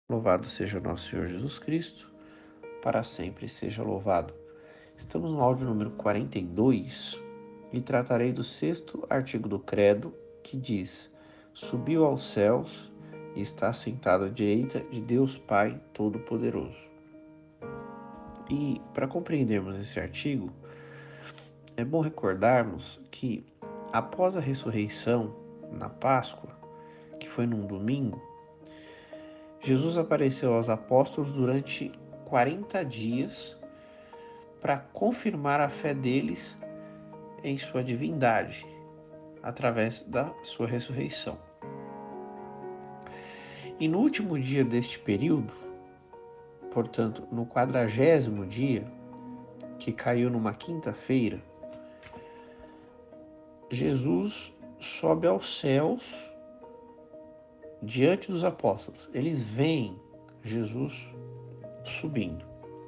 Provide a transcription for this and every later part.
Louvado seja nosso Senhor Jesus Cristo, para sempre seja louvado. Estamos no áudio número 42 e tratarei do 6º artigo do Credo, que diz: subiu aos céus e está sentado à direita de Deus Pai Todo-Poderoso. E para compreendermos esse artigo, é bom recordarmos que após a ressurreição, na Páscoa, que foi num domingo, Jesus apareceu aos apóstolos durante 40 dias para confirmar a fé deles em sua divindade, através da sua ressurreição. E no último dia deste período, portanto, no 40º dia, que caiu numa quinta-feira, Jesus sobe aos céus diante dos apóstolos. Eles veem Jesus subindo.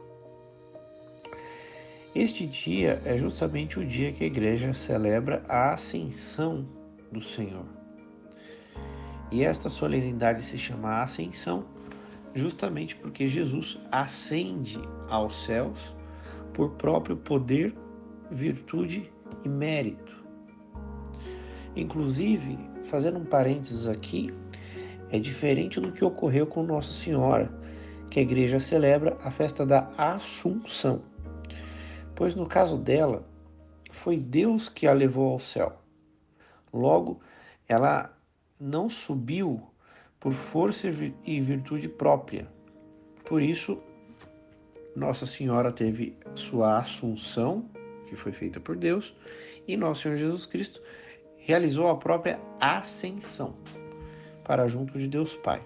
Este dia é justamente o dia que a igreja celebra a ascensão do Senhor. E esta solenidade se chama Ascensão justamente porque Jesus ascende aos céus por próprio poder, virtude e mérito. Inclusive, fazendo um parênteses aqui, é diferente do que ocorreu com Nossa Senhora, que a igreja celebra a festa da Assunção, pois no caso dela, foi Deus que a levou ao céu. Logo, ela não subiu por força e virtude própria. Por isso, Nossa Senhora teve sua Assunção, que foi feita por Deus, e Nosso Senhor Jesus Cristo realizou a própria Ascensão para junto de Deus Pai.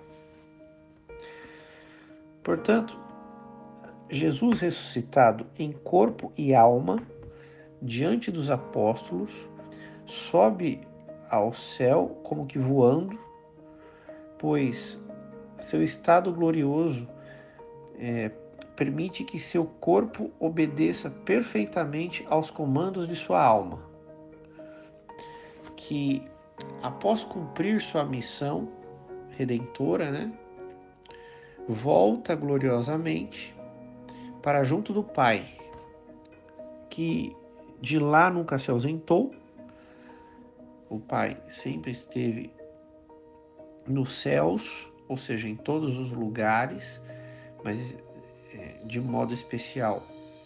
Portanto, Jesus ressuscitado em corpo e alma, diante dos apóstolos, sobe ao céu como que voando, pois seu estado glorioso permite que seu corpo obedeça perfeitamente aos comandos de sua alma, que após cumprir sua missão redentora, volta gloriosamente para junto do Pai, que de lá nunca se ausentou. O Pai sempre esteve nos céus, ou seja, em todos os lugares, mas de modo especial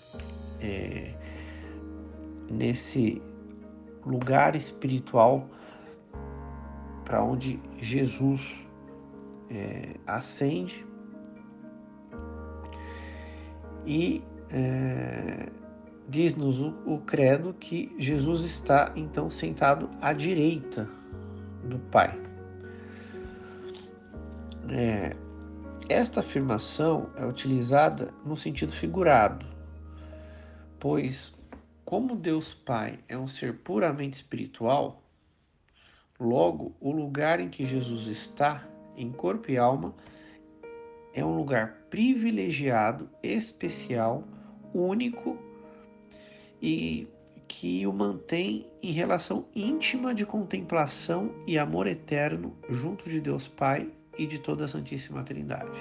nesse lugar espiritual para onde Jesus ascende e diz-nos o credo que Jesus está então sentado à direita do Pai. Esta afirmação é utilizada no sentido figurado, pois como Deus Pai é um ser puramente espiritual, logo o lugar em que Jesus está, em corpo e alma, é um lugar privilegiado, especial, único e que o mantém em relação íntima de contemplação e amor eterno junto de Deus Pai e de toda a Santíssima Trindade.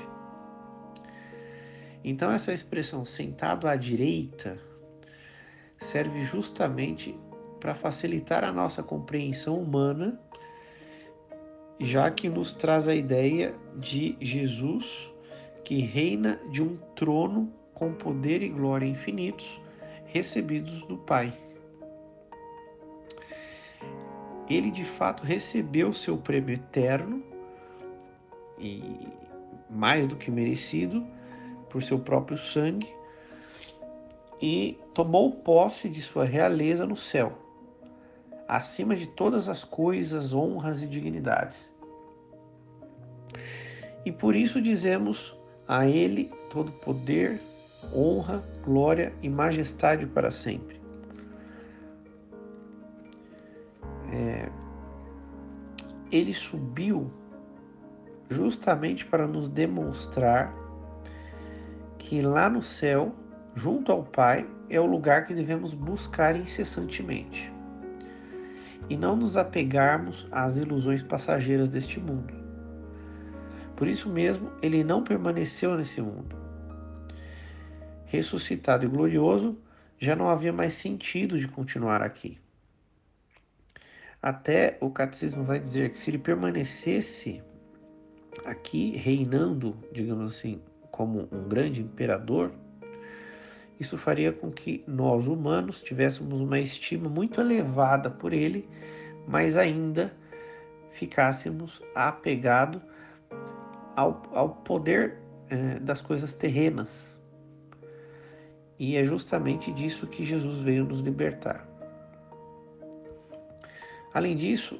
Então essa expressão sentado à direita serve justamente para facilitar a nossa compreensão humana, já que nos traz a ideia de Jesus que reina de um trono com poder e glória infinitos, recebidos do Pai. Ele de fato recebeu seu prêmio eterno e mais do que merecido por seu próprio sangue e tomou posse de sua realeza no céu, acima de todas as coisas, honras e dignidades. E por isso dizemos a ele todo poder, honra, glória e majestade para sempre. Ele subiu justamente para nos demonstrar que lá no céu, junto ao Pai, é o lugar que devemos buscar incessantemente e não nos apegarmos às ilusões passageiras deste mundo, Por isso mesmo, ele não permaneceu nesse mundo. Ressuscitado e glorioso, já não havia mais sentido de continuar aqui. Até o catecismo vai dizer que se ele permanecesse aqui, reinando, digamos assim, como um grande imperador, isso faria com que nós, humanos, tivéssemos uma estima muito elevada por ele, mas ainda ficássemos apegados ao poder das coisas terrenas. E é justamente disso que Jesus veio nos libertar. Além disso,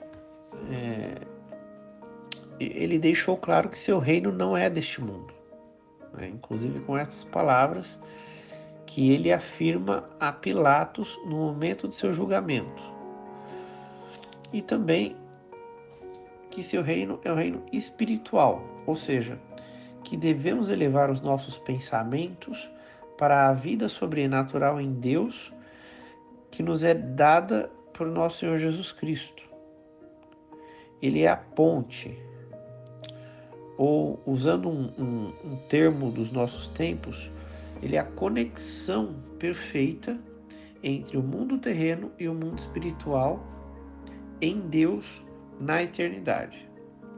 ele deixou claro que seu reino não é deste mundo. Inclusive com essas palavras que ele afirma a Pilatos no momento de seu julgamento. E também que seu reino é um reino espiritual, ou seja, que devemos elevar os nossos pensamentos para a vida sobrenatural em Deus que nos é dada por nosso Senhor Jesus Cristo. Ele é a ponte, ou usando um termo dos nossos tempos, ele é a conexão perfeita entre o mundo terreno e o mundo espiritual em Deus na eternidade.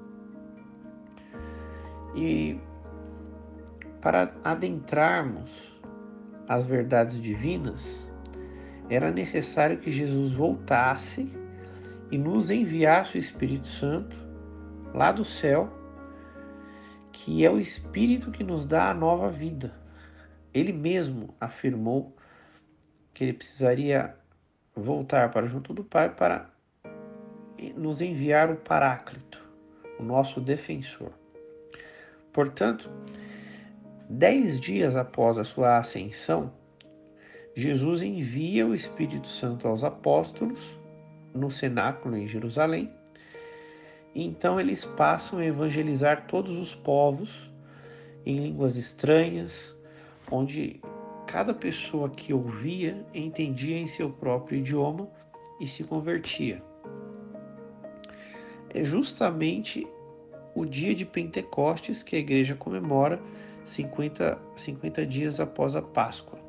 E para adentrarmos as verdades divinas, era necessário que Jesus voltasse e nos enviasse o Espírito Santo lá do céu, que é o Espírito que nos dá a nova vida. Ele mesmo afirmou que ele precisaria voltar para junto do Pai para nos enviar o Paráclito, o nosso defensor. Portanto, 10 dias após a sua ascensão, Jesus envia o Espírito Santo aos apóstolos no cenáculo em Jerusalém. E então eles passam a evangelizar todos os povos em línguas estranhas, onde cada pessoa que ouvia entendia em seu próprio idioma e se convertia. É justamente o dia de Pentecostes que a igreja comemora 50 dias após a Páscoa.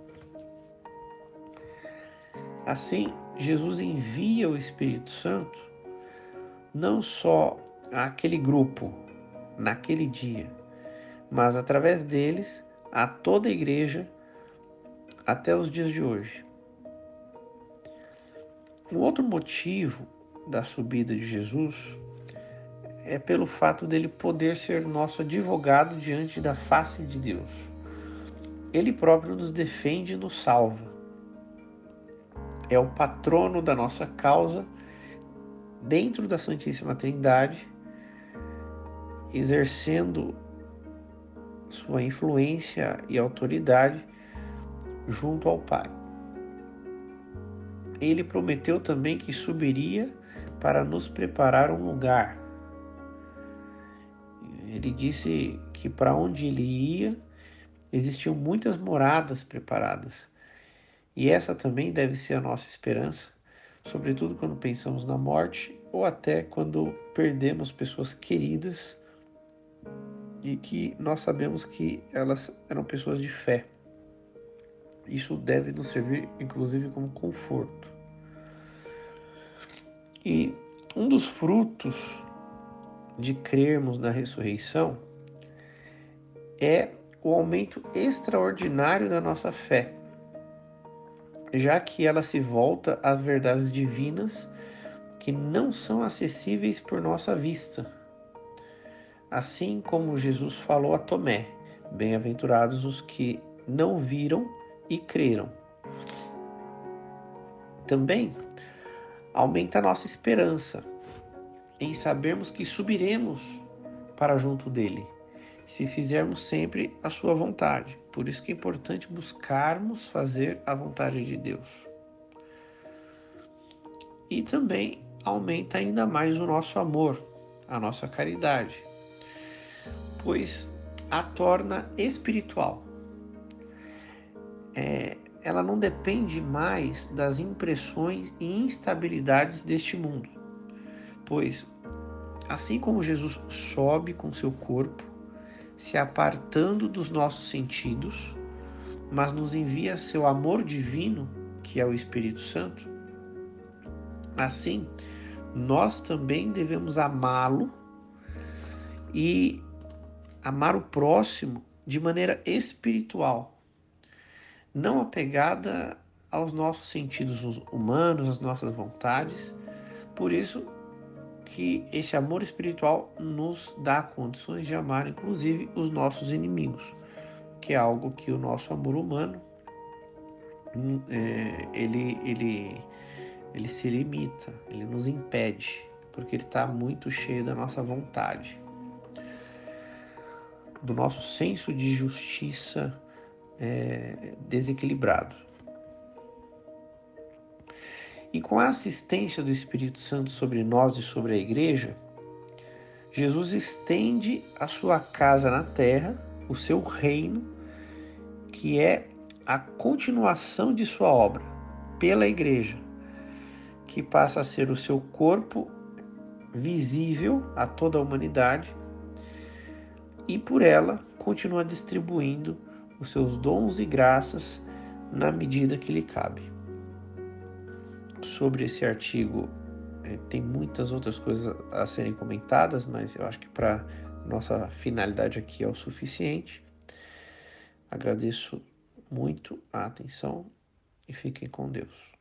Assim, Jesus envia o Espírito Santo não só àquele grupo, naquele dia, mas através deles a toda a igreja até os dias de hoje. Um outro motivo da subida de Jesus é pelo fato dele poder ser nosso advogado diante da face de Deus. Ele próprio nos defende e nos salva. É o patrono da nossa causa dentro da Santíssima Trindade, exercendo sua influência e autoridade junto ao Pai. Ele prometeu também que subiria para nos preparar um lugar. Ele disse que para onde ele ia, existiam muitas moradas preparadas. E essa também deve ser a nossa esperança, sobretudo quando pensamos na morte ou até quando perdemos pessoas queridas e que nós sabemos que elas eram pessoas de fé. Isso deve nos servir, inclusive, como conforto. E um dos frutos de crermos na ressurreição é o aumento extraordinário da nossa fé, já que ela se volta às verdades divinas que não são acessíveis por nossa vista. Assim como Jesus falou a Tomé: bem-aventurados os que não viram e creram. Também aumenta a nossa esperança em sabermos que subiremos para junto dele, se fizermos sempre a sua vontade. Por isso que é importante buscarmos fazer a vontade de Deus. E também aumenta ainda mais o nosso amor, a nossa caridade, pois a torna espiritual. Ela não depende mais das impressões e instabilidades deste mundo, pois assim como Jesus sobe com seu corpo se apartando dos nossos sentidos, mas nos envia seu amor divino, que é o Espírito Santo, assim, nós também devemos amá-lo e amar o próximo de maneira espiritual, não apegada aos nossos sentidos humanos, às nossas vontades. Por isso que esse amor espiritual nos dá condições de amar, inclusive, os nossos inimigos, que é algo que o nosso amor humano ele se limita, ele nos impede, porque ele está muito cheio da nossa vontade, do nosso senso de justiça desequilibrado. E com a assistência do Espírito Santo sobre nós e sobre a igreja, Jesus estende a sua casa na terra, o seu reino, que é a continuação de sua obra pela igreja, que passa a ser o seu corpo visível a toda a humanidade e por ela continua distribuindo os seus dons e graças na medida que lhe cabe. Sobre esse artigo tem muitas outras coisas a serem comentadas, mas eu acho que para nossa finalidade aqui é o suficiente. Agradeço muito a atenção e fiquem com Deus.